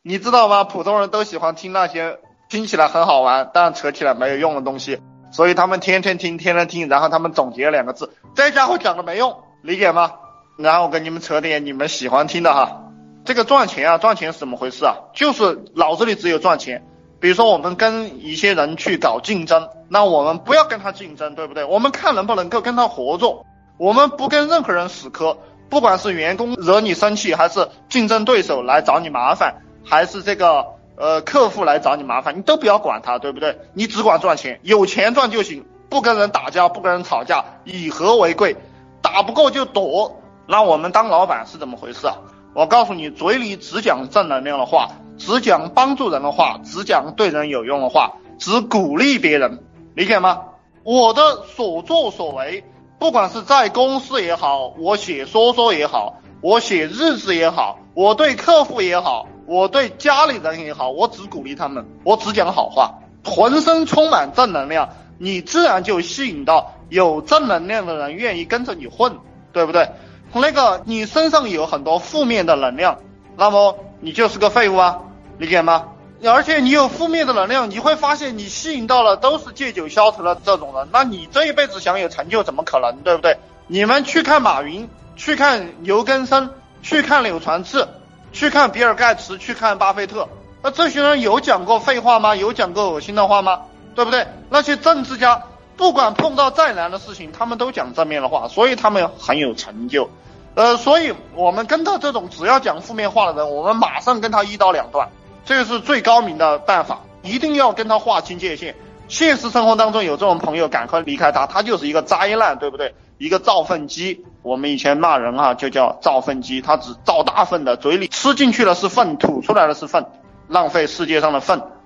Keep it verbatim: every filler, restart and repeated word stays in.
你知道吗？普通人都喜欢听那些听起来很好玩但扯起来没有用的东西，所以他们天天听天天听，然后他们总结两个字，这家伙讲的没用，理解吗？然后我跟你们扯点你们喜欢听的哈。这个赚钱啊，赚钱是怎么回事啊？就是脑子里只有赚钱。比如说我们跟一些人去搞竞争，那我们不要跟他竞争，对不对？我们看能不能够跟他合作，我们不跟任何人死磕，不管是员工惹你生气，还是竞争对手来找你麻烦，还是这个呃客户来找你麻烦，你都不要管他，对不对？你只管赚钱，有钱赚就行，不跟人打架，不跟人吵架，以和为贵，打不过就躲。那我们当老板是怎么回事啊？我告诉你，嘴里只讲正能量的话，只讲帮助人的话，只讲对人有用的话，只鼓励别人，理解吗？我的所作所为，不管是在公司也好，我写说说也好，我写日志也好，我对客户也好，我对家里人也好，我只鼓励他们，我只讲好话，浑身充满正能量，你自然就吸引到有正能量的人愿意跟着你混，对不对？那个你身上有很多负面的能量，那么你就是个废物啊，理解吗？而且你有负面的能量，你会发现你吸引到了都是借酒消愁的这种人，那你这一辈子想有成就怎么可能，对不对？你们去看马云，去看牛根生，去看柳传志，去看比尔盖茨，去看巴菲特，那这些人有讲过废话吗？有讲过恶心的话吗？对不对？那些政治家不管碰到再难的事情，他们都讲正面的话，所以他们很有成就。呃，所以我们跟他这种只要讲负面话的人，我们马上跟他一刀两断，这个是最高明的办法，一定要跟他划清界限。现实生活当中有这种朋友，赶快离开他，他就是一个灾难，对不对？一个造粪机，我们以前骂人啊就叫造粪机，他只造大粪的，嘴里吃进去的是粪，吐出来的是粪，浪费世界上的粪。